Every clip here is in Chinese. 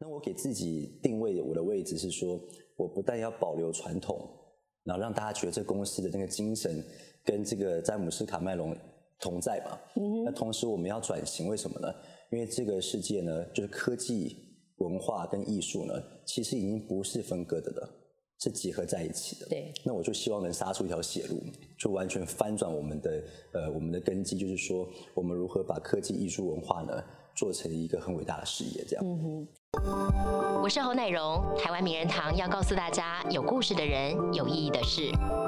那我给自己定位我的位置是说，我不但要保留传统，然后让大家觉得这公司的那个精神跟这个詹姆斯卡麦隆同在嘛。那同时我们要转型，为什么呢？因为这个世界呢，就是科技、文化跟艺术呢，其实已经不是分割的了，是结合在一起的。 对。 那我就希望能杀出一条血路，就完全翻转我们的根基，就是说我们如何把科技、艺术、文化呢做成一个很伟大的事业，这样。 我是侯乃荣，台湾名人堂要告诉大家有故事的人，有意义的事。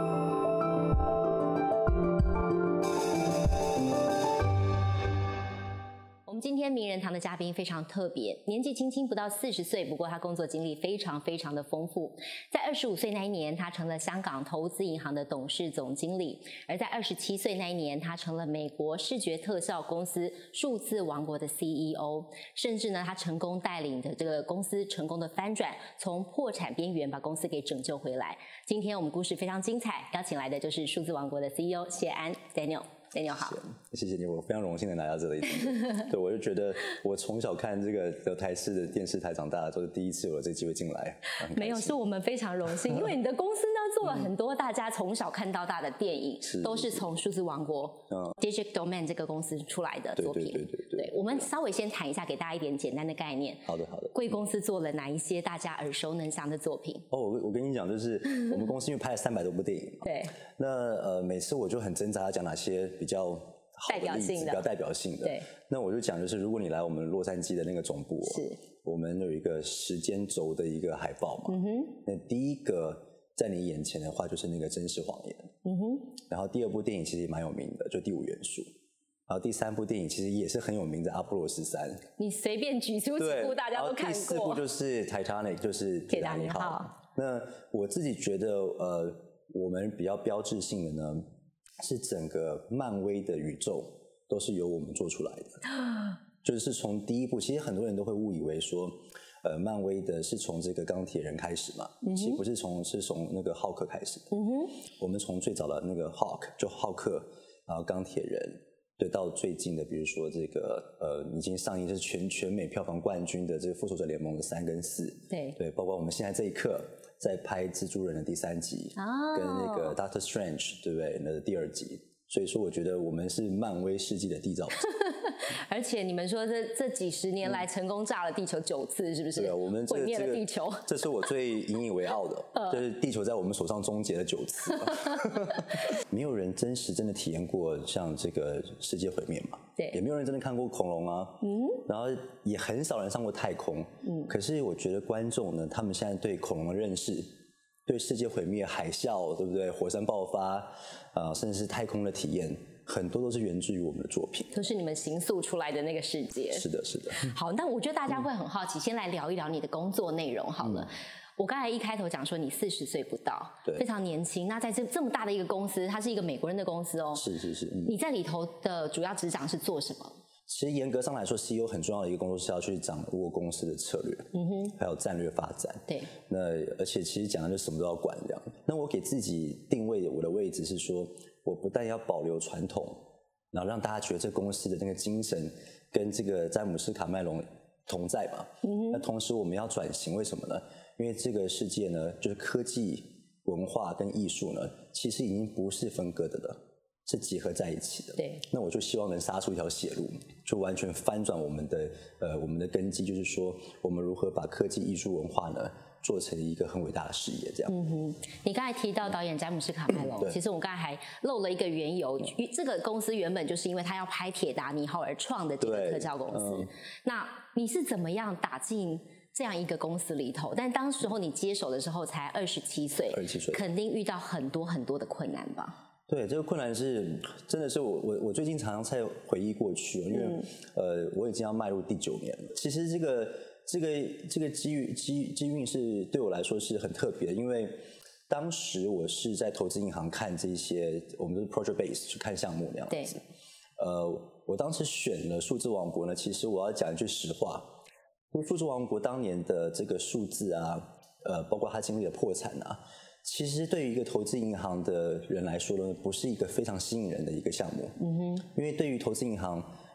我们今天名人堂的嘉宾非常特别，年纪轻轻不到40岁，不过他工作经历非常的丰富。在25岁那一年，他成了香港投资银行的董事总经理；而在27岁那一年，他成了美国视觉特效公司数字王国的 CEO。甚至呢，他成功带领的这个公司成功的翻转，从破产边缘把公司给拯救回来。今天我们故事非常精彩，邀请来的就是数字王国的 CEO 谢安 Daniel。Daniel 好， 谢谢你，我非常荣幸的来到这里。对，我就觉得我从小看这个台视的电视台长大的，都是第一次有了这个机会进来。 没有，是我们非常荣幸，因为你的公司呢做了很多大家从小看到大的电影，都是从数字王国Digital Domain 这个公司出来的作品。对，我们稍微先谈一下，给大家一点简单的概念。 好的。 贵公司做了哪一些大家耳熟能详的作品？ 我跟你讲，就是我们公司因为拍了300多部电影嘛， 对。 那每次我就很挣扎要讲哪些比较好的例子，比较代表性的。 对。 那我就讲，就是如果你来我们洛杉矶的那个总部， 是我们有一个时间轴的一个海报嘛。那第一个在你眼前的话就是那个真实谎言。然后第2部电影其实也蛮有名的，就第5元素。然后第3部电影其实也是很有名的《阿波罗13》， 你随便举出几部大家都看过。 第4部就是《Titanic》，就是铁达尼号。那我自己觉得，我们比较标志性的呢，是整个漫威的宇宙都是由我们做出来的。就是从第1部，其实很多人都会误以为说，漫威的是从这个钢铁人开始嘛，其实不是是从那个浩克开始的。我们从最早的那个 Hulk 就浩克，然后钢铁人。对，到最近的，比如说这个已经上映是全美票房冠军的这个《复仇者联盟》的3跟4，对，包括我们现在这一刻在拍蜘蛛人的第3集，跟那个 Doctor Strange， 对不对？那第2集，所以说我觉得我们是漫威世纪的缔造者。 而且你们说这几十年来成功炸了地球9次，是不是？ 对，我们毁灭了地球， 这是我最引以为傲的，就是地球在我们手上终结了9次。没有人真的体验过像这个世界毁灭嘛？ 对， 也没有人真的看过恐龙啊。然后也很少人上过太空。可是我觉得观众呢，他们现在对恐龙的认识，对世界毁灭、海啸，对不对？火山爆发甚至是太空的体验。很多都是源自于我们的作品， 都是你们形塑出来的那个世界。 是的。 好，那我觉得大家会很好奇，先来聊一聊你的工作内容好了。我刚才一开头讲说你40岁不到，非常年轻。那在这么大的一个公司，它是一个美国人的公司哦。 是。 你在里头的主要职掌是做什么？ 其实严格上来说 ，CEO 很重要的一个工作是要去掌握公司的策略，还有战略发展。 对。 那而且其实讲的就什么都要管这样。那我给自己定位我的位置是说，我不但要保留传统，然后让大家觉得这公司的那个精神跟这个詹姆斯卡麦隆同在嘛。那同时我们要转型，为什么呢？因为这个世界呢，就是科技、文化跟艺术呢，其实已经不是分割的了。是结合在一起的。 对。 那我就希望能杀出一条血路，就完全翻转我们的根基，就是说我们如何把科技、艺术、文化呢做成一个很伟大的事业，这样。 你刚才提到导演詹姆斯卡麦隆，其实我刚才还漏了一个缘由，这个公司原本就是因为他要拍《铁达尼号》而创的这个特效公司。那你是怎么样打进这样一个公司里头？但当时候你接手的时候才27岁，肯定遇到很多的困难吧？ 对，这个困难是真的是我最近常常在回忆过去，因为我已经要迈入第9年了。其实这个机运是对我来说是很特别的，因为当时我是在投资银行看这些，我们都是 project base 去看项目那样子。我当时选了数字王国呢，其实我要讲一句实话，因为数字王国当年的这个数字啊，包括它经历了破产啊。其实对于一个投资银行的人来说呢，不是一个非常吸引人的一个项目。因为对于投资银行，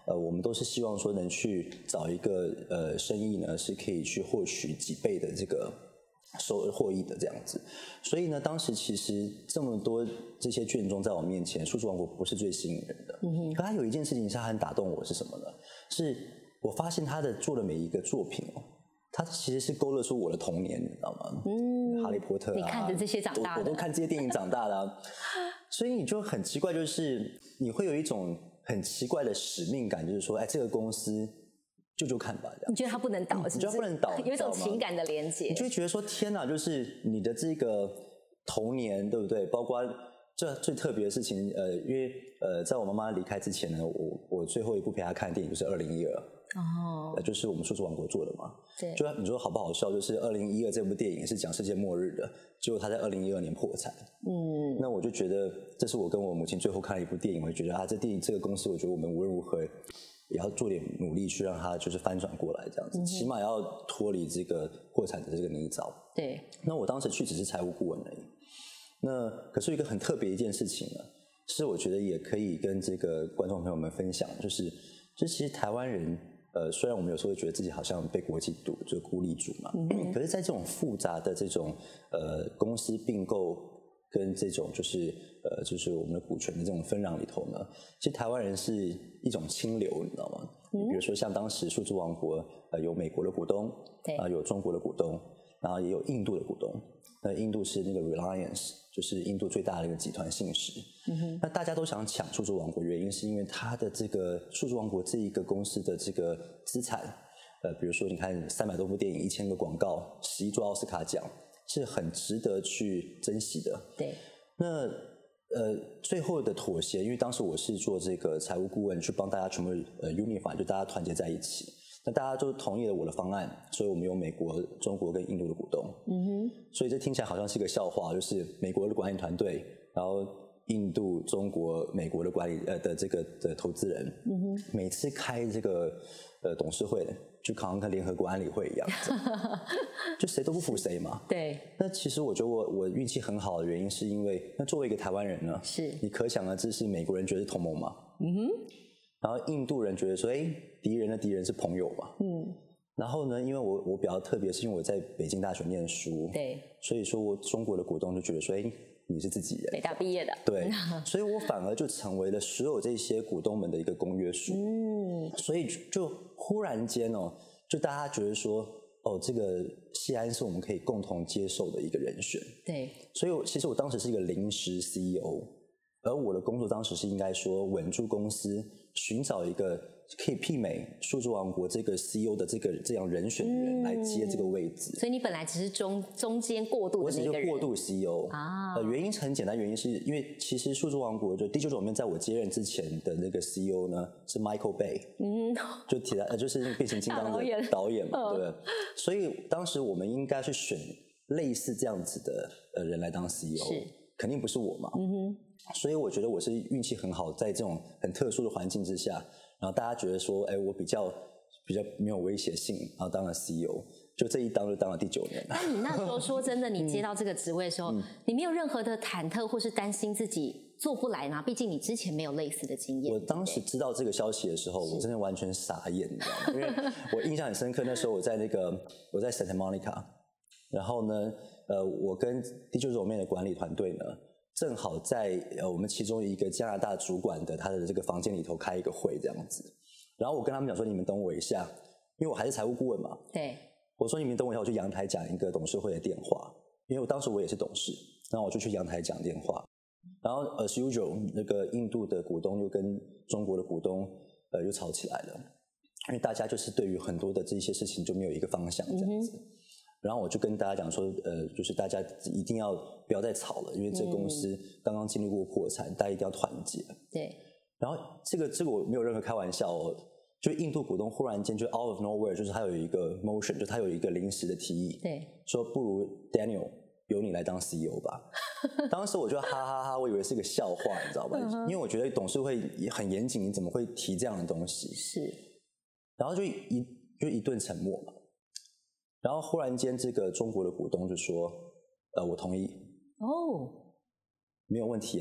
我们都是希望说能去找一个生意呢，是可以去获取几倍的这个获益的这样子。所以呢，当时其实这么多这些卷宗在我面前，数字王国不是最吸引人的。可他有一件事情是很打动我，是什么呢？是我发现他的做的每一个作品它其实是勾勒出我的童年，你知道吗？哈利波特你看着这些长大的， 我都看这些电影长大的所以你就很奇怪，就是你会有一种很奇怪的使命感，就是说，哎，这个公司就看吧，这样。 你觉得它不能倒，是不是？ 你觉得不能倒， 有一种情感的连结， 你就会觉得说，天哪，就是你的这个童年，对不对？包括这最特别的事情，因为在我妈妈离开之前呢，我最后一部陪她看的电影就是2012。就是我们数字王国做的嘛。 对。 就你说好不好笑？就是2012这部电影是讲世界末日的，结果他在2012年破产。那我就觉得这是我跟我母亲最后看了一部电影，我就觉得这个公司，我觉得我们无论如何也要做点努力去让它就是翻转过来，这样子，起码要脱离这个破产的这个泥沼。 对。那我当时去只是财务顾问而已。那可是一个很特别一件事情呢，是我觉得也可以跟这个观众朋友们分享，就是其实台湾人。虽然我们有时候会觉得自己好像被国际就孤立住嘛，可是在这种复杂的这种公司并购跟这种就是我们的股权的这种分壤里头呢，其实台湾人是一种清流，你知道吗？比如说像当时数字王国有美国的股东，有中国的股东，然后也有印度的股东。那印度是那个 Reliance， 就是印度最大的一个集团信实。那大家都想抢数字王国，原因是因为它的这个数字王国这一个公司的这个资产，比如说你看300多部电影、1000个广告、11座奥斯卡奖，是很值得去珍惜的。 对。 那最后的妥协，因为当时我是做这个财务顾问，去帮大家全部unify， 就大家团结在一起。那大家都同意了我的方案，所以我们有美国、中国跟印度的股东。所以这听起来好像是一个笑话，就是美国的管理团队，然后印度、中国、美国的管理的这个的投资人，每次开这个董事会，就好像跟联合国安理会一样，就谁都不服谁嘛。 对。 那其实我觉得我运气很好的原因，是因为那作为一个台湾人呢， 是你可想而知是美国人觉得是同盟嘛。然后印度人觉得说，敌人的敌人是朋友嘛。然后呢，因为我比较特别，是因为我在北京大学念书， 对， 所以说我中国的股东就觉得说，你是自己人， 北大毕业的， 对，所以我反而就成为了所有这些股东们的一个公约数。所以就忽然间就大家觉得说，这个谢安是我们可以共同接受的一个人选。 对， 所以其实我当时是一个临时 CEO。而我的工作当时是应该说稳住公司，寻找一个可以媲美数字王国这个 CEO 的这样人选的人来接这个位置。 所以你本来只是中间过渡的那个人。 我只是过渡 CEO 原因很简单，原因是因为其实数字王国就第9种面在我接任之前的那个 CEO 呢是 Michael Bay，就就是变形金刚的导演嘛，对不对？所以当时我们应该去选类似这样子的人来当 CEO， 肯定不是我嘛。所以我觉得我是运气很好，在这种很特殊的环境之下，然后大家觉得说，我比较没有威胁性，然后当了 CEO， 就这一当就当了第9年了。 那你那时候说真的，你接到这个职位的时候，你没有任何的忐忑或是担心自己做不来吗？毕竟你之前没有类似的经验。 我当时知道这个消息的时候，我真的完全傻眼，你知道吗？因为我印象很深刻，那时候我在Santa Monica， 然后呢，我跟第9种面的管理团队呢。正好在我们其中一个加拿大主管的他的这个房间里头开一个会这样子，然后我跟他们讲说，你们等我一下，因为我还是财务顾问嘛。 对。 我说你们等我一下，我去阳台讲一个董事会的电话，因为当时我也是董事，然后我就去阳台讲电话，然后 as usual 那个印度的股东又跟中国的股东又吵起来了，因为大家就是对于很多的这些事情就没有一个方向这样子。然后我就跟大家讲说，就是大家一定要不要再吵了，因为这个公司刚刚经历过破产，大家一定要团结。 对。 然后这个我没有任何开玩笑就印度股东忽然间就 out of nowhere， 就是他有一个 motion， 就他有一个临时的提议， 对， 说不如 Daniel 由你来当 CEO 吧。当时我就哈哈哈，我以为是个笑话，你知道吧？因为我觉得董事会很严谨，你怎么会提这样的东西？ 是。 然后就一顿沉默嘛。然后忽然间，这个中国的股东就说：“我同意。”没有问题啊。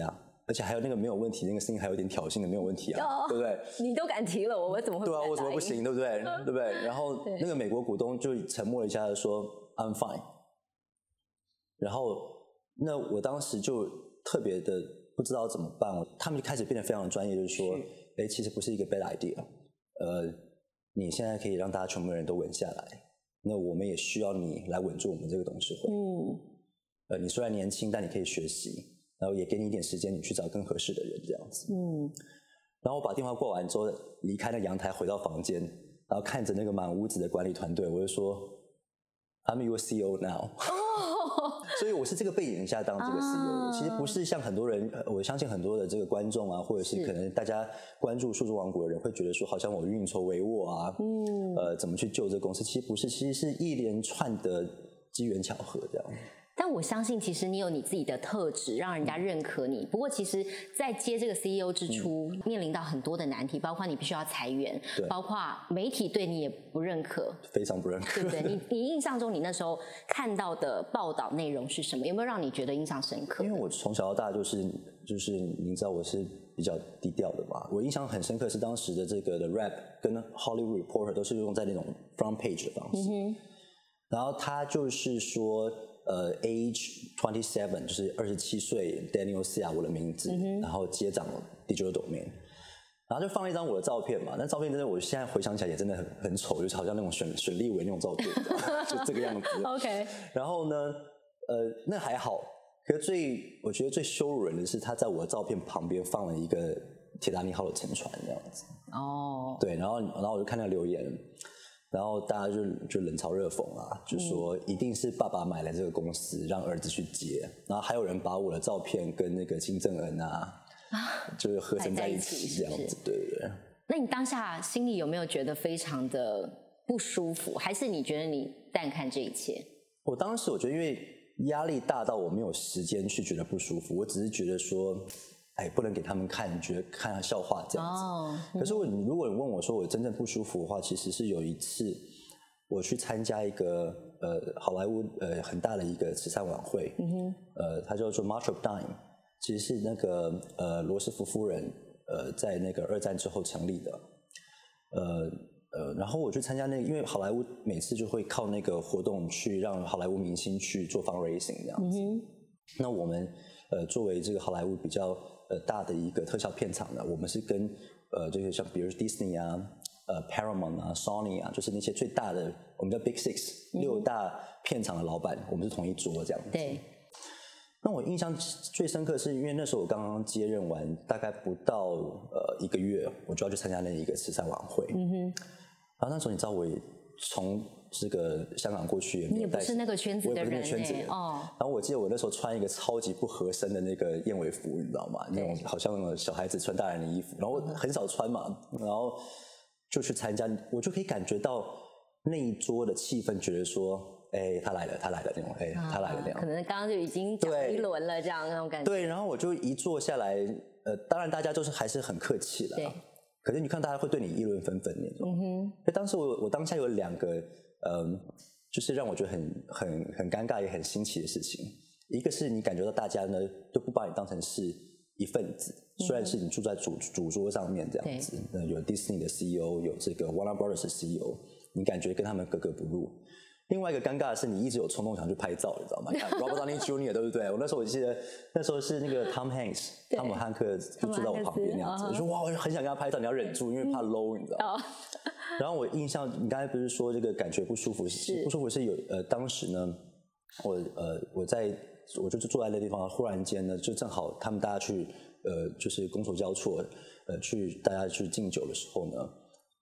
而且还有那个没有问题，那个声音还有点挑衅的没有问题啊，对不对？ 你都敢提了，我怎么会不敢答应？ 对啊，我怎么不行，对不对？对不对？然后那个美国股东就沉默了一下，说 I'm fine。然后那我当时就特别的不知道怎么办，他们就开始变得非常专业，就是说，其实不是一个 bad idea，你现在可以让大家全部人都稳下来，那我们也需要你来稳住我们这个董事会。你虽然年轻，但你可以学习，然后也给你一点时间，你去找更合适的人，这样子。然后我把电话挂完之后，离开那阳台，回到房间，然后看着那个满屋子的管理团队，我就说 ，I'm your CEO now。所以我是这个背景下当这个 CEO 的，其实不是像很多人，我相信很多的这个观众啊，或者是可能大家关注数字王国的人会觉得说，好像我运筹帷幄啊，怎么去救这个公司？其实不是，其实是一连串的机缘巧合这样。 但我相信，其实你有你自己的特质，让人家认可你。不过，其实，在接这个 CEO 之初，面临到很多的难题，包括你必须要裁员，包括媒体对你也不认可， 非常不认可。 对不对？你印象中，你那时候看到的报道内容是什么？有没有让你觉得印象深刻？ 因为我从小到大就是你知道我是比较低调的嘛。我印象很深刻是当时的这个的 Rap 跟 Hollywood Reporter 都是用在那种 front page 的方式，然后他就是说。Age 27就是27岁 Daniel Sia 我的名字，然后接掌 Digital Domain， 然后就放了一张我的照片嘛，那照片真的我现在回想起来也真的很丑，就是好像那种选立委那种照片，就这个样子。 OK。然后呢，那还好，可是我觉得最羞辱人的是他在我的照片旁边放了一个铁达尼号的沉船这样子。对，然后我就看那个留言。然后大家就冷嘲热讽啊，就说一定是爸爸买了这个公司，让儿子去接。然后还有人把我的照片跟那个金正恩就是合成在一起这样子，对。 那你当下心里有没有觉得非常的不舒服，还是你觉得你淡看这一切？ 我当时我觉得因为压力大到我没有时间去觉得不舒服，我只是觉得说。不能给他们看，觉得看笑话这样子。可是如果你问我说我真正不舒服的话，其实是有一次我去参加一个好莱坞很大的一个慈善晚会，它叫做 March of Dime， 其实是那个罗斯福夫人在那个2战之后成立的。然后我去参加那个，因为好莱坞每次就会靠那个活动去让好莱坞明星去做 fundraising 这样子。那我们作为这个好莱坞比较大的一个特效片厂呢，我们是跟就是像比如 Disney 啊、Paramount 啊、Sony 啊，就是那些最大的我们叫 Big Six 6大片厂的老板，我们是同一桌这样子。 对。 那我印象最深刻是因为那时候我刚刚接任完，大概不到1个月，我就要去参加那一个慈善晚会。然后那时候你知道我也从这个香港过去， 你也不是那个圈子的人哦。然后我记得我那时候穿一个超级不合身的那个燕尾服，你知道吗？那种好像那种小孩子穿大人的衣服，然后很少穿嘛，然后就去参加，我就可以感觉到那一桌的气氛，觉得说，他来了那种，他来了那样。 可能刚刚就已经讲一轮了，这样那种感觉。 对，然后我就一坐下来，当然大家就是还是很客气了。对。可是你看，大家会对你议论纷纷那种。所以当时我当下有2个。就是让我觉得很尴尬也很新奇的事情。一个是你感觉到大家呢都不把你当成是一份子，虽然是你住在主桌上面这样子，有 Disney 的 CEO， 有这个 Warner Brothers 的 CEO， 你感觉跟他们格格不入。另外一个尴尬的是，你一直有冲动想去拍照，你知道吗？看 Robert Downey Jr. 对不对？我那时候我记得那时候是那个 Tom Hanks， 汤姆汉克就坐在我旁边那样子，我说哇，我很想跟他拍照，你要忍住，因为怕 low， 你知道吗？然后我印象，你刚才不是说这个感觉不舒服？不舒服是有当时呢，我就是坐在那地方，忽然间呢，就正好他们大家去就是觥筹交错，去大家去敬酒的时候呢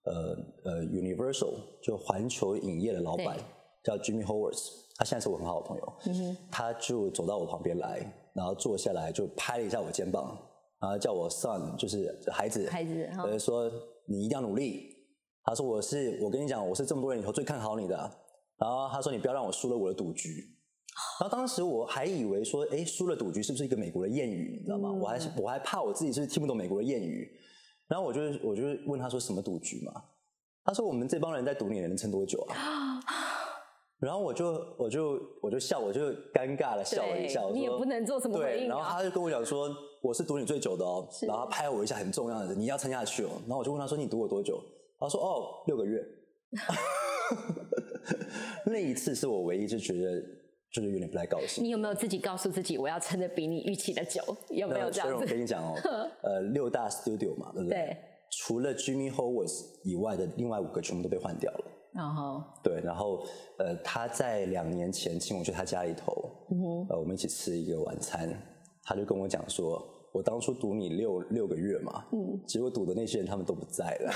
，Universal 就环球影业的老板叫 Jimmy Horowitz， 他现在是我很好的朋友，他就走到我旁边来，然后坐下来就拍了一下我肩膀，然后叫我 son， 就是孩子，说你一定要努力。他说我跟你讲，我是这么多人里头最看好你的。然后他说你不要让我输了我的赌局。然后当时我还以为说，输了赌局是不是一个美国的谚语，你知道吗？我还怕我自己是不是听不懂美国的谚语。然后我就问他说什么赌局嘛？他说我们这帮人在赌你能撑多久啊？然后我就笑，我就尴尬的笑了一下，我说你也不能做什么回应啊。 对，然后他就跟我讲说， 我是读你最久的哦，然后他拍我一下很重要的，你要撑下去哦。然后我就问他说你读我多久？他说6个月。那一次是我唯一就觉得就是有点不太高兴。 你有没有自己告诉自己我要撑得比你预期的久？有没有这样子？ 我跟你讲哦，6大 studio 嘛，对不对？ 对。 除了 Jimmy Howard 以外的另外5个全部都被换掉了。对，然后他在2年前请我去他家里头，我们一起吃一个晚餐，他就跟我讲说，我当初赌你6个月嘛，结果赌的那些人他们都不在了。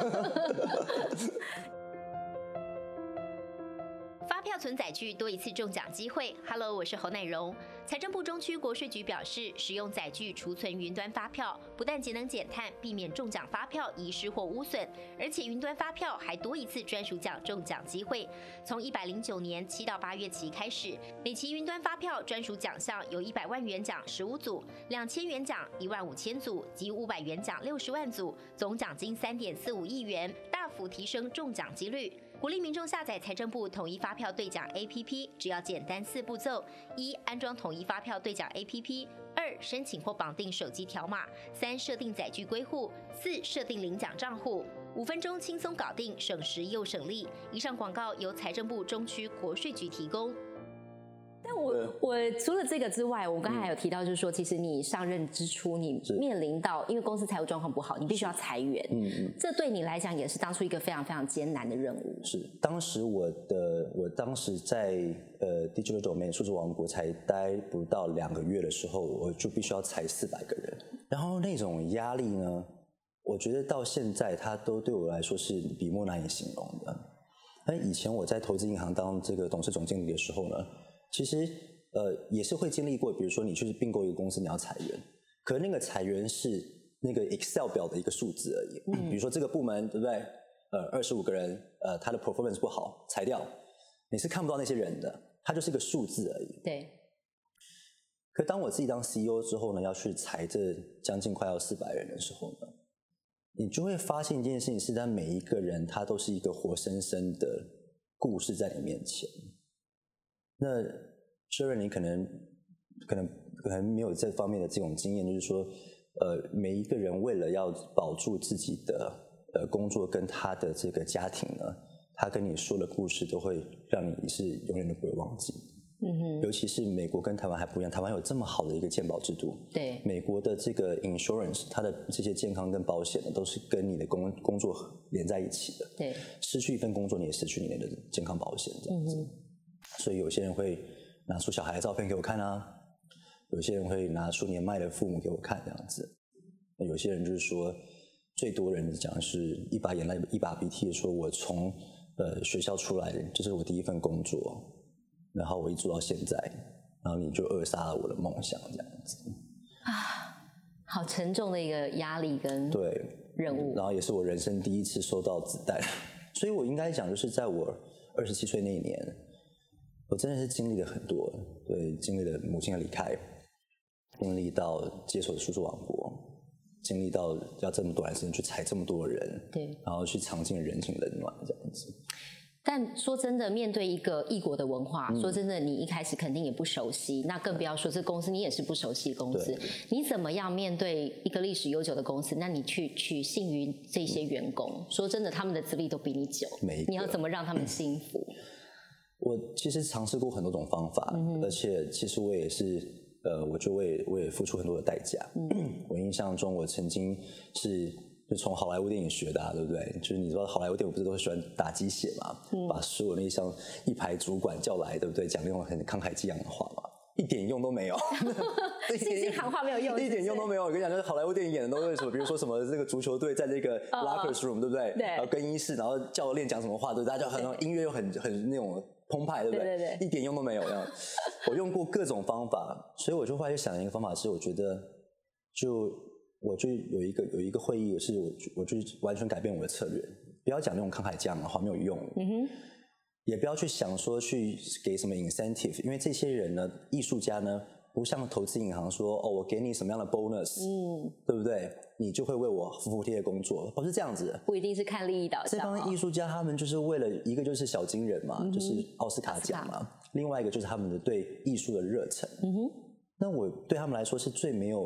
发票存载具多一次中奖机会。Hello， 我是侯乃荣。财政部中区国税局表示，使用载具储存云端发票，不但节能减碳，避免中奖发票遗失或污损，而且云端发票还多一次专属奖中奖机会。从109年7到8月期开始，每期云端发票专属奖项有100万元奖15组，2000元奖15000组及500元奖60万组，总奖金3.45亿元，大幅提升中奖几率。鼓励民众下载财政部统一发票兑奖 APP， 只要简单4步骤：1. 安装统一发票兑奖 APP； 2. 申请或绑定手机条码； 3. 设定载具归户； 4. 设定领奖账户。5分钟轻松搞定，省时又省力。以上广告由财政部中区国税局提供。 但我除了这个之外，我刚才还有提到，就是说，其实你上任之初，你面临到因为公司财务状况不好，你必须要裁员，这对你来讲也是当初一个非常非常艰难的任务。 是，当时我当时在Digital Domain 数字王国才待不到2个月的时候，我就必须要裁400个人，然后那种压力呢，我觉得到现在它都对我来说是笔墨难以形容的。但以前我在投资银行当这个董事总经理的时候呢，其实也是会经历过，比如说你去并购一个公司，你要裁员，可是那个裁员是那个 Excel 表的一个数字而已。比如说这个部门对不对？25个人，他的 performance 不好，裁掉，你是看不到那些人的，它就是一个数字而已。 对。 可当我自己当 CEO 之后呢，要去裁这将近快要400人的时候呢，你就会发现一件事情是，但每一个人他都是一个活生生的故事在你面前。那Sharon，你可能没有这方面的这种经验，就是说，每一个人为了要保住自己的工作跟他的这个家庭呢，他跟你说的故事都会让你是永远都不会忘记。尤其是美国跟台湾还不一样，台湾有这么好的一个健保制度。 对， 美国的这个 insurance， 它的这些健康跟保险呢，都是跟你的工作连在一起的。 对， 失去一份工作，你也失去你的健康保险这样子。所以有些人会拿出小孩的照片给我看啊，有些人会拿出年迈的父母给我看这样子。那有些人就是说，最多人讲的是一把眼泪一把鼻涕的说，我从学校出来，这是我第一份工作，然后我一做到现在，然后你就扼杀了我的梦想这样子。 好沉重的一个压力跟任务。 然后也是我人生第一次收到子弹，所以我应该讲就是在我27岁那一年，我真的是经历了很多，对，经历了母亲的离开，经历到接手数字王国，经历到要这么短的时间去裁这么多人， 对， 然后去尝尽人情冷暖这样子。 但说真的，面对一个异国的文化，说真的，你一开始肯定也不熟悉，那更不要说这公司，你也是不熟悉公司，你怎么样面对一个历史悠久的公司？那你去取信于这些员工，说真的，他们的资历都比你久，你要怎么让他们幸福？ 我其实尝试过很多种方法，而且其实我也是，我觉得我也付出很多的代价。我印象中，我曾经就从好莱坞电影学的，对不对？就是你知道好莱坞电影不是都喜欢打鸡血嘛，把所有那像一排主管叫来，对不对？讲那种很慷慨激昂的话嘛，一点用都没有。 信息喊话没有用， 一点用都没有。我跟你讲，就是好莱坞电影演的都是什么，比如说什么这个足球队在这个 locker room， 对不对？ 对。 然后更衣室，然后教练讲什么话，对，大家就很音乐又很那种澎湃，对不对？ 对。 一点用都没有。这样，我用过各种方法，所以我就后来就想了一个方法，是我觉得我就有一个会议，我就完全改变我的策略，不要讲那种慷慨激昂的话，没有用。也不要去想说去给什么 incentive， 因为这些人呢，艺术家呢，不像投资银行说我给你什么样的 bonus，对不对？你就会为我服帖的工作，不是这样子的。 不一定是看利益导向。 这帮艺术家他们就是为了一个就是小金人嘛，就是奥斯卡奖嘛，另外一个就是他们的对艺术的热忱。那我对他们来说是最没有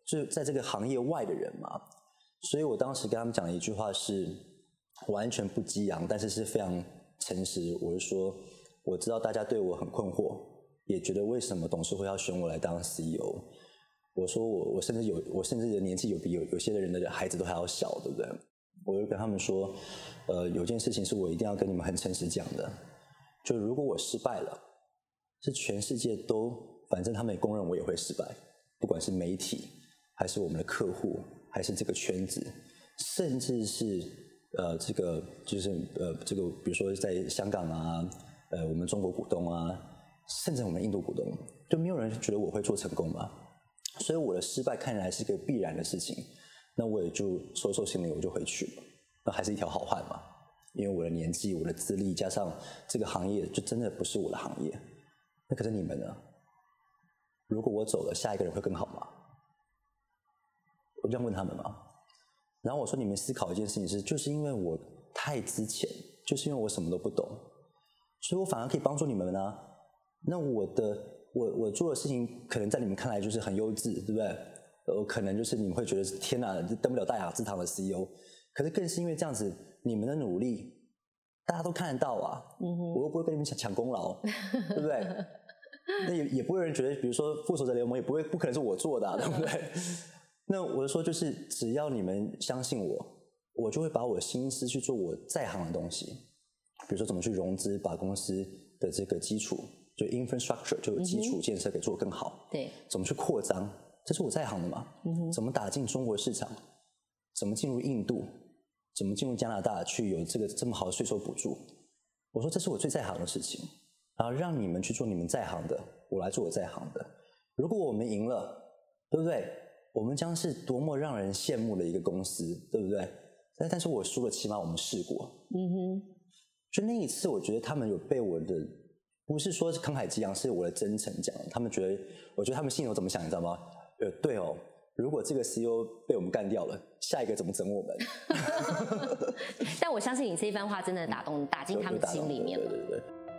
就是在这个行业外的人嘛。所以我当时跟他们讲的一句话是完全不激昂，但是是非常诚实。我就说，我知道大家对我很困惑，也觉得为什么董事会要选我来当 CEO。我说我甚至的年纪有比有些人的孩子都还要小，对不对？我就跟他们说，有件事情是我一定要跟你们很诚实讲的，就如果我失败了，是全世界都，反正他们也公认我也会失败，不管是媒体，还是我们的客户，还是这个圈子，甚至是这个就是这个，比如说在香港啊，我们中国股东啊，甚至我们印度股东，就没有人觉得我会做成功嘛。所以我的失败看来是个必然的事情，那我也就收收行李我就回去了。那还是一条好汉嘛，因为我的年纪、我的资历，加上这个行业就真的不是我的行业。那可是你们呢？如果我走了，下一个人会更好吗？我这样问他们嘛。然后我说，你们思考一件事情是，就是因为我太资浅，就是因为我什么都不懂，所以我反而可以帮助你们啊。那我做的事情，可能在你们看来就是很优质，对不对？可能就是你们会觉得天哪，登不了大雅之堂的 CEO。可是更是因为这样子，你们的努力，大家都看得到啊。我又不会跟你们抢功劳，对不对？那也不会有人觉得，比如说复仇者联盟也不可能是我做的，对不对？那我就说，就是只要你们相信我，我就会把我心思去做我在行的东西，比如说怎么去融资，把公司的这个基础，就 infrastructure 就基础建设给做更好。 对， 怎么去扩张，这是我在行的嘛。怎么打进中国市场，怎么进入印度，怎么进入加拿大去有这么好的税收补助，我说这是我最在行的事情，然后让你们去做你们在行的，我来做我在行的。如果我们赢了，对不对？我们将是多么让人羡慕的一个公司，对不对？但是我输了，起码我们试过。就那一次，我觉得他们有被我的，不是说慷慨激昂，是我的真诚讲。他们觉得，我觉得他们心里头怎么想，你知道吗？对哦，如果这个 CEO 被我们干掉了，下一个怎么整我们？ 但我相信你这一番话真的打进他们心里面了。 对。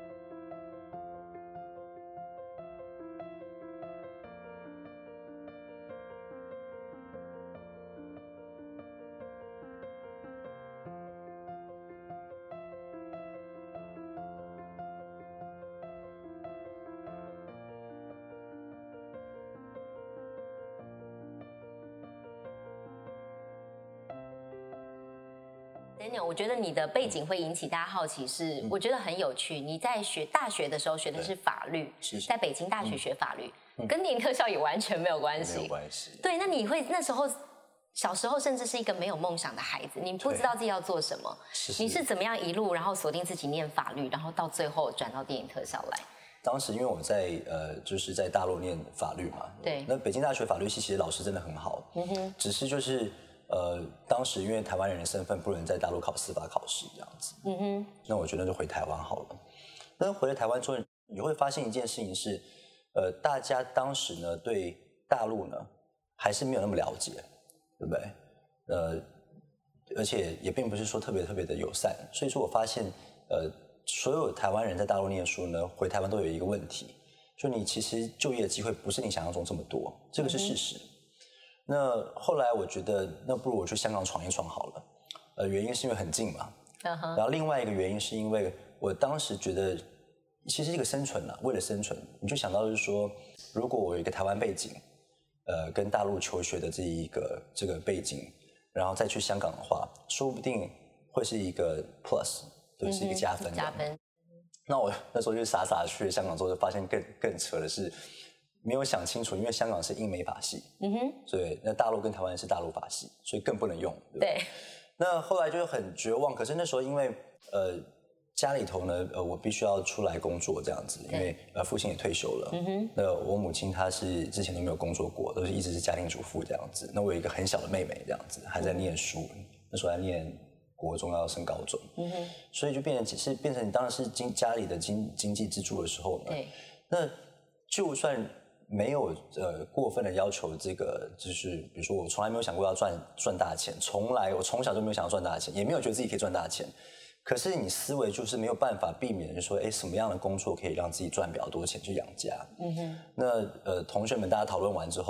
Daniel， 我觉得你的背景会引起大家好奇是，我觉得很有趣。你在大学的时候学的是法律，在北京大学学法律，跟电影特效也完全没有关系。 没有关系。 对，那你会那时候小时候甚至是一个没有梦想的孩子，你不知道自己要做什么，你是怎么样一路然后锁定自己念法律，然后到最后转到电影特效来？ 当时因为我在就是在大陆念法律嘛， 对， 那北京大学法律系其实老师真的很好，只是就是当时因为台湾人的身份不能在大陆考司法考试这样子，那我觉得就回台湾好了。但是回了台湾之后，你会发现一件事情是，大家当时呢对大陆呢还是没有那么了解，对不对？而且也并不是说特别的友善，所以说我发现所有台湾人在大陆念书呢，回台湾都有一个问题，就你其实就业的机会不是你想象中这么多，这个是事实。那后来我觉得，那不如我去香港闯一闯好了。原因是因为很近嘛。然后另外一个原因是因为我当时觉得，其实这个生存啊，为了生存，你就想到就是说，如果我有一个台湾背景，跟大陆求学的这个背景，然后再去香港的话，说不定会是一个 plus， 就是一个加分。 加分。 那我那时候就傻傻去香港之后，就发现更扯的是，没有想清楚，因为香港是英美法系，所以那大陆跟台湾是大陆法系，所以更不能用，对不对？那后来就很绝望，可是那时候因为家里头呢，我必须要出来工作这样子，因为父亲也退休了，那我母亲她是之前都没有工作过，都是一直是家庭主妇这样子。那我有一个很小的妹妹这样子，还在念书，那时候还念国中要升高中，所以就变成你当然是家里的经济支柱的时候呢，那就算没有过分的要求，这个就是比如说我从来没有想过要赚大钱，我从小就没有想要赚大钱，也没有觉得自己可以赚大钱。可是你思维就是没有办法避免，就是说，什么样的工作可以让自己赚比较多钱去养家？那同学们大家讨论完之后，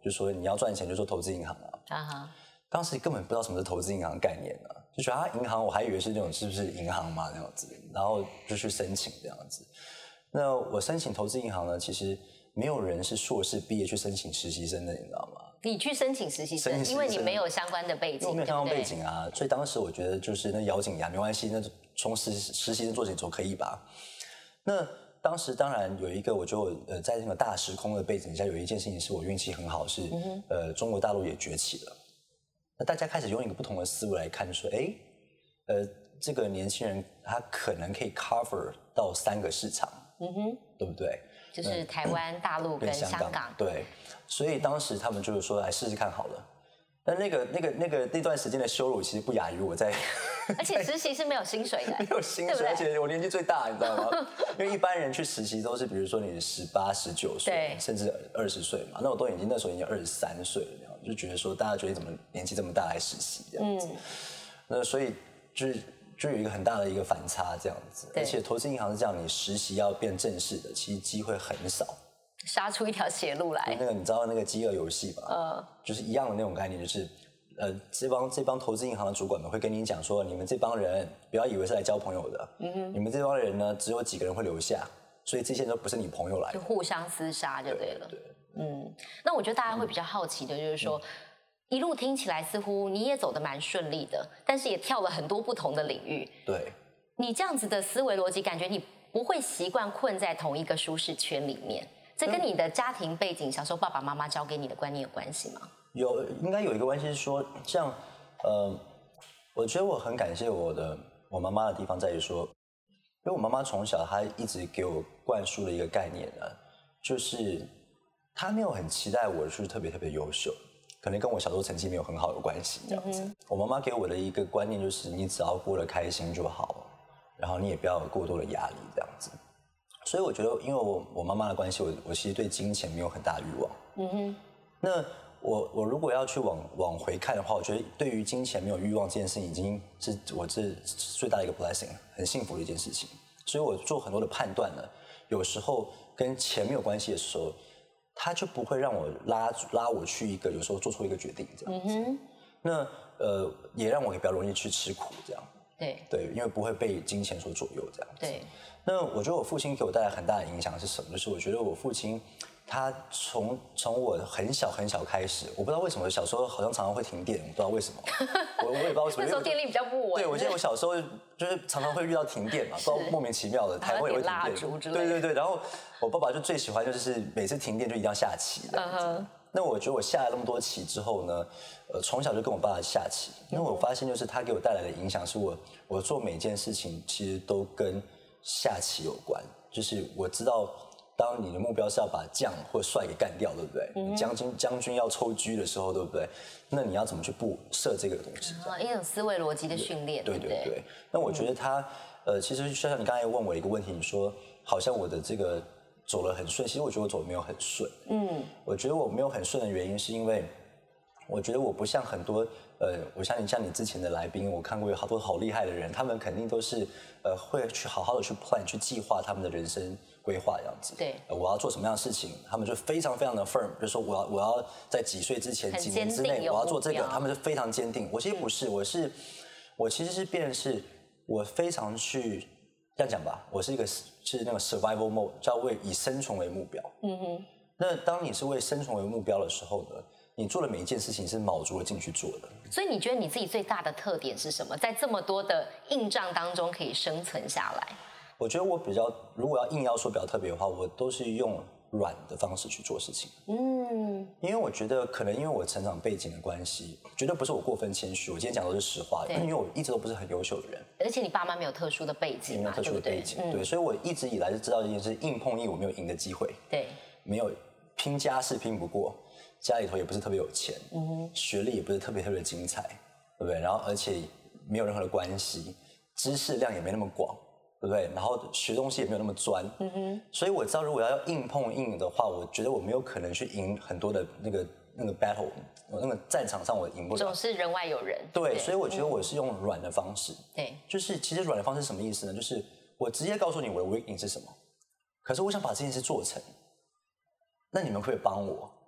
就说你要赚钱就做投资银行当时根本不知道什么是投资银行概念就觉得银行我还以为是那种是不是银行嘛那样子，然后就去申请这样子。那我申请投资银行呢，其实没有人是硕士毕业去申请实习生的，你知道吗？ 你去申请实习生，因为你没有相关的背景， 我没有相关背景所以当时我觉得就是那咬紧牙没关系，那从实习生做起总可以吧。那当时当然有一个，我觉得我在那个大时空的背景下，有一件事情是我运气很好，是中国大陆也崛起了。那大家开始用一个不同的思维来看，说，这个年轻人他可能可以 cover 到3个市场，对不对？ 就是台湾、大陆跟香港。 对，所以当时他们就是说来试试看好了。但那段时间的羞辱其实不亚于我在， 而且实习是没有薪水的， 没有薪水，而且我年纪最大，你知道吗？因为一般人去实习都是，比如说你18、19岁，甚至20岁嘛。那我那时候已经23岁了，就觉得说大家觉得怎么年纪这么大来实习这样子。那所以就有一个很大的一个反差这样子。而且投资银行是这样，你实习要变正式的，其实机会很少。 杀出一条血路来。 那个你知道那个饥饿游戏吧？就是一样的那种概念，就是这帮投资银行的主管们会跟你讲说，你们这帮人不要以为是来交朋友的，你们这帮人呢只有几个人会留下，所以这些都不是你朋友来的， 就互相厮杀就对了。 对， 那我觉得大家会比较好奇的就是说，一路听起来似乎你也走得蛮顺利的，但是也跳了很多不同的领域。 对， 你这样子的思维逻辑，感觉你不会习惯困在同一个舒适圈里面。这跟你的家庭背景，小时候爸爸妈妈教给你的观念有关系吗？ 应该有一个关系是说，像我觉得我很感谢我妈妈的地方在于说，因为我妈妈从小她一直给我灌输的一个概念呢，就是她没有很期待我是特别特别优秀，可能跟我小时候成绩没有很好有关系这样子。我妈妈给我的一个观念就是，你只要过得开心就好，然后你也不要有过多的压力这样子。所以我觉得，因为我妈妈的关系，我其实对金钱没有很大欲望。那我如果要去往回看的话，我觉得对于金钱没有欲望这件事情，已经是我这最大的一个 blessing， 很幸福的一件事情。所以我做很多的判断呢，有时候跟钱没有关系的时候，它就不会让我拉我去一个有时候做出一个决定这样子。那也让我比较容易去吃苦这样。对，因为不会被金钱所左右这样子。 对。 那我觉得我父亲给我带来很大的影响是什么？就是我觉得我父亲，他从我很小很小开始，我不知道为什么小时候好像常常会停电，我不知道为什么，我也不知道为什么。 那时候电力比较不稳。 对，我记得我小时候就是常常会遇到停电嘛，不知道莫名其妙的，台湾也会停电。对，然后我爸爸就最喜欢就是每次停电就一定要下棋这样子。那我觉得我下了那么多棋之后呢，从小就跟我爸爸下棋，因为我发现就是他给我带来的影响是我做每件事情其实都跟下棋有关，就是我知道当你的目标是要把将或帅给干掉，对不对？将军要抽车的时候，对不对？那你要怎么去布设这个东西？ 一种思维逻辑的训练。 对。那我觉得他其实就像你刚才问我一个问题，你说好像我的这个走得很顺，其实我觉得我走得没有很顺。我觉得我没有很顺的原因是因为我觉得我不像很多我像你之前的来宾，我看过有好多好厉害的人，他们肯定都是会去好好的去 plan 去计划他们的人生规划这样子。 对， 我要做什么样的事情，他们就非常非常的 firm， 就是说我要在几岁之前几年之内我要做这个，他们就非常坚定。我其实不是，我其实是变成是我非常去这样讲吧，我是那个 survival mode， 叫以生存为目标。那当你是为生存为目标的时候呢，你做的每一件事情是卯足了劲去做的。 所以你觉得你自己最大的特点是什么？在这么多的硬仗当中可以生存下来？ 我觉得我如果硬要说比较特别的话，我都是用软的方式去做事情。因为我觉得可能因为我成长背景的关系，绝对不是我过分谦虚，我今天讲的都是实话。因为我一直都不是很优秀的人， 而且你爸妈没有特殊的背景， 没有特殊的背景，对，所以我一直以来就知道一件事：硬碰硬我没有赢的机会。 对， 没有拼家世拼不过。家里头也不是特别有钱，学历也不是特别特别精彩，对不对？然后而且没有任何的关系，知识量也没那么广，对不对？然后学东西也没有那么专，所以我知道如果要硬碰硬的话，我觉得我没有可能去赢很多的那个 battle， 那个战场上我赢不了。 总是人外有人。 对，所以我觉得我是用软的方式。 对， 就是其实软的方式是什么意思呢？就是我直接告诉你我的 weakness 是什么，可是我想把这件事做成，那你们可不可以帮我？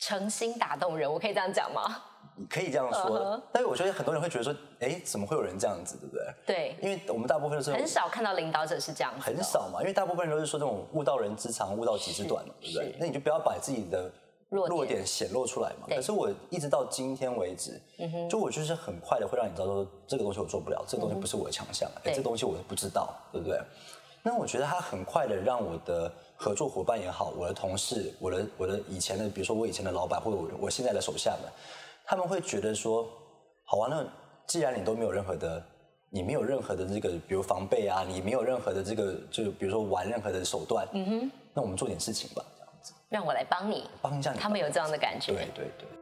诚心打动人，我可以这样讲吗？ 你可以这样说，但是我觉得很多人会觉得说，怎么会有人这样子，对不对？ 对， 因为我们大部分都是很少看到领导者是这样子， 很少嘛，因为大部分人都是说这种悟道人之长，悟道己之短嘛，对不对？那你就不要把自己的弱点显露出来嘛。可是我一直到今天为止，就我就是很快的会让你知道说，这个东西我做不了，这个东西不是我的强项，这个东西我不知道，对不对？那我觉得他很快的让我的合作伙伴也好，我的同事，我的以前的，比如说我以前的老板或者我现在的手下们，他们会觉得说，好啊，那既然你都没有任何的，你没有任何的这个，比如防备啊，你没有任何的这个，就比如说玩任何的手段，那我们做点事情吧，这样子， 让我来帮你， 帮一下你， 他们有这样的感觉， 对对对。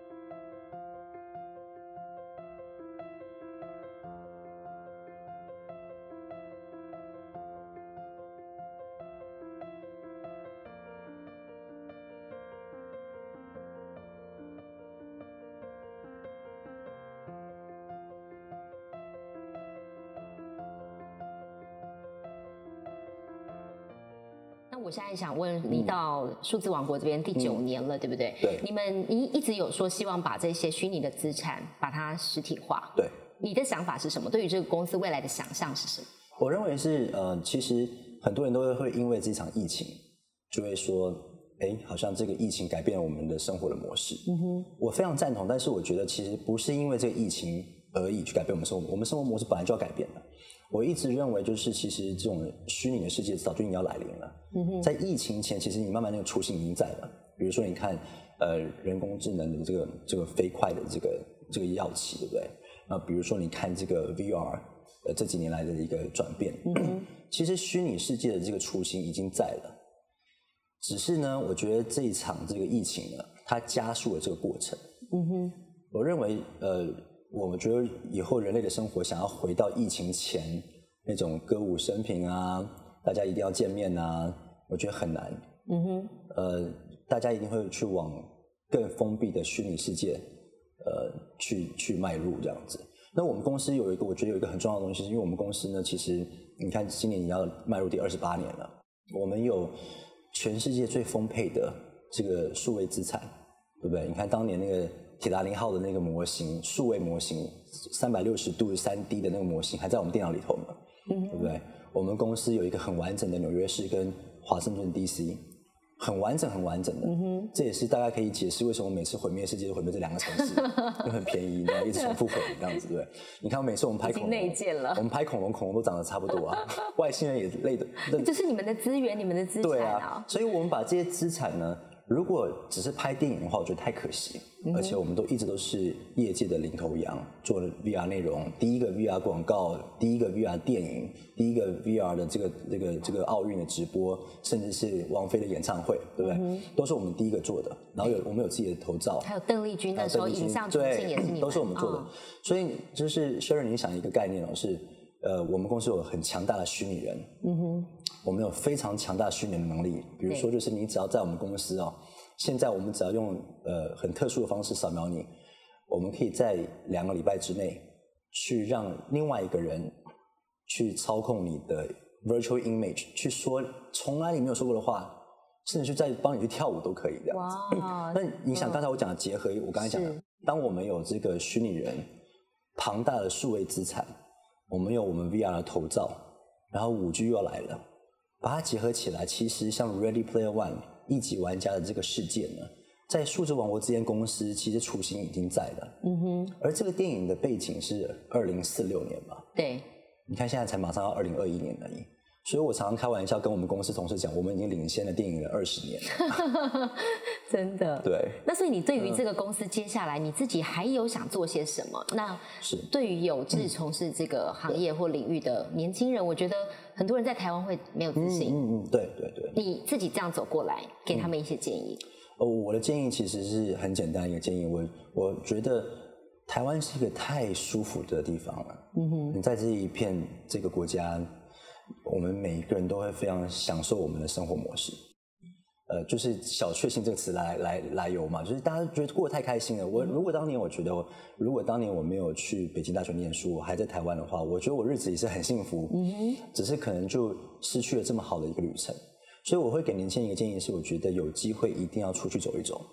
我现在想问，你到数字王国这边第9年了，对不对？ 对。 你一直有说希望把这些虚拟的资产把它实体化。 对。 你的想法是什么？对于这个公司未来的想象是什么？ 我认为是其实很多人都会因为这场疫情，就会说，好像这个疫情改变了我们的生活的模式。我非常赞同，但是我觉得其实不是因为这个疫情而已去改变我们生活，我们生活模式本来就要改变的。我一直认为，就是其实这种虚拟的世界早就已经要来临了。在疫情前，其实你慢慢那个雏形已经在了。比如说，你看，人工智能的这个飞快的这个药企，对不对？比如说你看这个 VR，这几年来的一个转变，其实虚拟世界的这个雏形已经在了。只是呢，我觉得这一场这个疫情呢，它加速了这个过程。我认为，我觉得以后人类的生活想要回到疫情前那种歌舞升平啊，大家一定要见面啊，我觉得很难。大家一定会去往更封闭的虚拟世界，去迈入这样子。那我们公司我觉得有一个很重要的东西，是因为我们公司呢，其实你看今年也要迈入第28年了，我们有全世界最丰沛的这个数位资产，对不对？你看当年那个铁达尼号的那个模型，数位模型360度3D 的那个模型还在我们电脑里头呢，对不对？我们公司有一个很完整的纽约市跟华盛顿 DC， 很完整的。这也是大概可以解释为什么每次毁灭世界都毁灭这2个城市，就很便宜，然后一直重复毁这样子，对不对？你看每次我们拍恐龙，我们拍恐龙都长得差不多啊，外星人也累的。 这是你们的资源，你们的资产对啊，所以我们把这些资产呢，如果只是拍电影的话，我觉得太可惜。而且我们一直都是业界的领头羊，做了 VR 内容，第一个 VR 广告，第一个 VR 电影，第一个 VR 的这个奥运的直播，甚至是王菲的演唱会，对不对？都是我们第一个做的。然后我们有自己的头照， 还有邓丽君那时候影像重庆也是你们， 都是我们做的。所以就是 Sharon， 你想一个概念是，我们公司有很强大的虚拟人，我们有非常强大的虚拟的能力。比如说，就是你只要在我们公司现在我们只要用很特殊的方式扫描你，我们可以在2个礼拜之内去让另外一个人去操控你的 virtual image， 去说从来你没有说过的话，甚至在帮你去跳舞都可以这样子。那你想刚才我讲的结合，我刚才讲的，当我们有这个虚拟人庞大的数位资产，我们有我们 VR 的头照，然后5G 又要来了，把它结合起来，其实像 Ready Player One 一级玩家的这个世界呢，在数字王国这间公司其实雏形已经在了。而这个电影的背景是2046年嘛？ 对。 你看现在才马上要2021年而已，所以我常常开玩笑跟我们公司同事讲，我们已经领先了电影的20年了。 真的。 对。 那所以你对于这个公司接下来你自己还有想做些什么？那是对于有志从事这个行业或领域的年轻人，我觉得很多人在台湾会没有自信。 对。 你自己这样走过来，给他们一些建议。 我的建议其实是很简单一个建议，我觉得台湾是一个太舒服的地方了。你在这一片这个国家，我们每一个人都会非常享受我们的生活模式。就是小确幸这个词来由嘛，就是大家觉得过得太开心了。如果当年我没有去北京大学念书，我还在台湾的话，我觉得我日子也是很幸福。只是可能就失去了这么好的一个旅程。所以我会给年轻人一个建议是，我觉得有机会一定要出去走一走。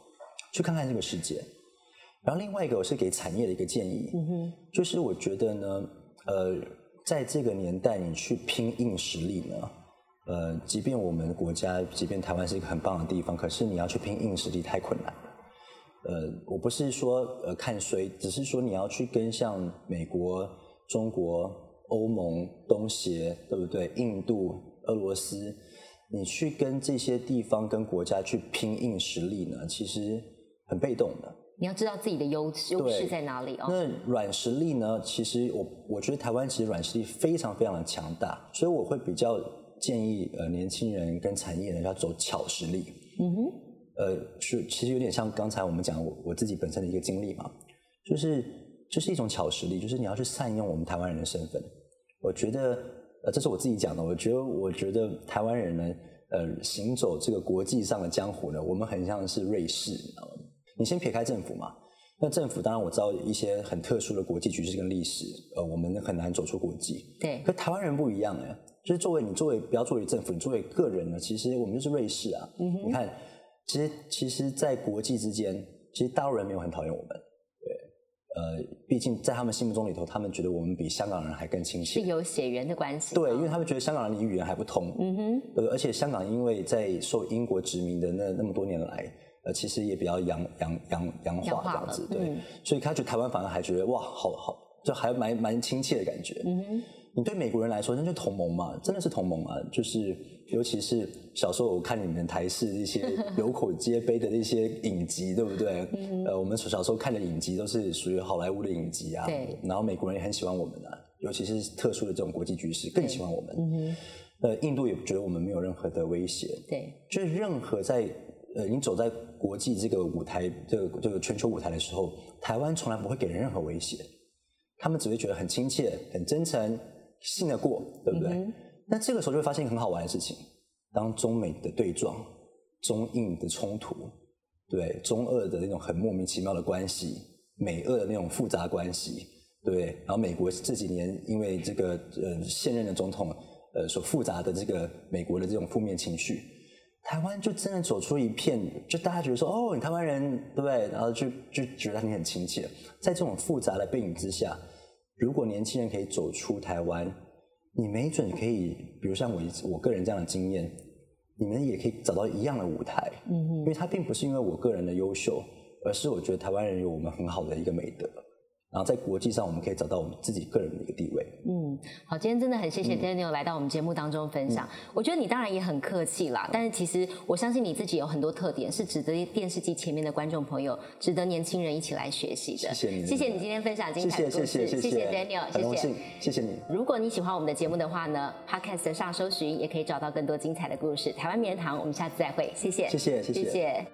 去看看这个世界。然后另外一个我是给产业的一个建议，就是我觉得呢，在这个年代你去拼硬实力呢，即便我们国家，即便台湾是一个很棒的地方，可是你要去拼硬实力太困难了。我不是说看衰，只是说你要去跟像美国、中国、欧盟、东协，对不对？印度、俄罗斯，你去跟这些地方跟国家去拼硬实力呢，其实很被动的。 你要知道自己的优势在哪里哦。 那软实力呢？其实我觉得台湾其实软实力非常非常的强大，所以我会比较建议年轻人跟产业人要走巧实力。其实有点像刚才我们讲我自己本身的一个经历嘛，就是一种巧实力，就是你要去善用我们台湾人的身份。我觉得这是我自己讲的，我觉得台湾人呢，行走这个国际上的江湖呢，我们很像是瑞士，你知道吗？你先撇开政府嘛，那政府当然我知道一些很特殊的国际局势跟历史，我们很难走出国际。 对。 可台湾人不一样就是作为不要作为政府，你作为个人呢，其实我们就是瑞士啊。你看。其实，在国际之间，其实大陆人没有很讨厌我们，对，毕竟在他们心目中里头，他们觉得我们比香港人还更亲切， 是有血缘的关系。 对，因为他们觉得香港人的语言还不通，而且香港因为在受英国殖民的那么多年来，其实也比较洋化这样子，对，所以他觉得台湾反而还觉得哇，好，就还蛮亲切的感觉。你对美国人来说，那就同盟嘛，真的是同盟啊，就是。尤其是小时候我看你们台视一些有口皆碑的那些影集，对不对？我们小时候看的影集都是属于好莱坞的影集啊。 对。 然后美国人也很喜欢我们啊，尤其是特殊的这种国际局势更喜欢我们。印度也觉得我们没有任何的威胁。 对。 就是任何在你走在国际这个舞台，这个全球舞台的时候，台湾从来不会给人任何威胁，他们只会觉得很亲切、很真诚、信得过，对不对？那这个时候就会发现一个很好玩的事情，当中美的对撞、中印的冲突，对，中俄的那种很莫名其妙的关系，美俄的那种复杂关系，对，然后美国这几年因为这个现任的总统所复杂的这个美国的这种负面情绪，台湾就真的走出一片，就大家觉得说哦，你台湾人对不对？然后就觉得你很亲切，在这种复杂的背景之下，如果年轻人可以走出台湾。你没准可以，比如像我个人这样的经验，你们也可以找到一样的舞台，因为它并不是因为我个人的优秀，而是我觉得台湾人有我们很好的一个美德，然后在国际上我们可以找到我们自己个人的一个地位。 好，今天真的很谢谢 Daniel 来到我们节目当中分享。我觉得你当然也很客气啦，但是其实我相信你自己有很多特点，是值得电视机前面的观众朋友，值得年轻人一起来学习的。 谢谢你， 谢谢你今天分享精彩的故事，谢谢 Daniel， 谢谢你。 如果你喜欢我们的节目的话呢 ，Podcast 上搜寻也可以找到更多精彩的故事。台湾名人堂，我们下次再会，谢谢， 谢谢。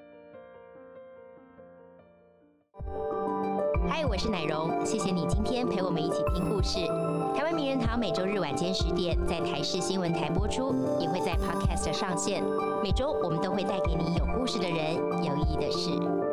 嗨，我是乃荣，谢谢你今天陪我们一起听故事。台湾名人堂每周日晚间10点在台视新闻台播出，也会在 Podcast 上线。每周我们都会带给你有故事的人，有意义的事。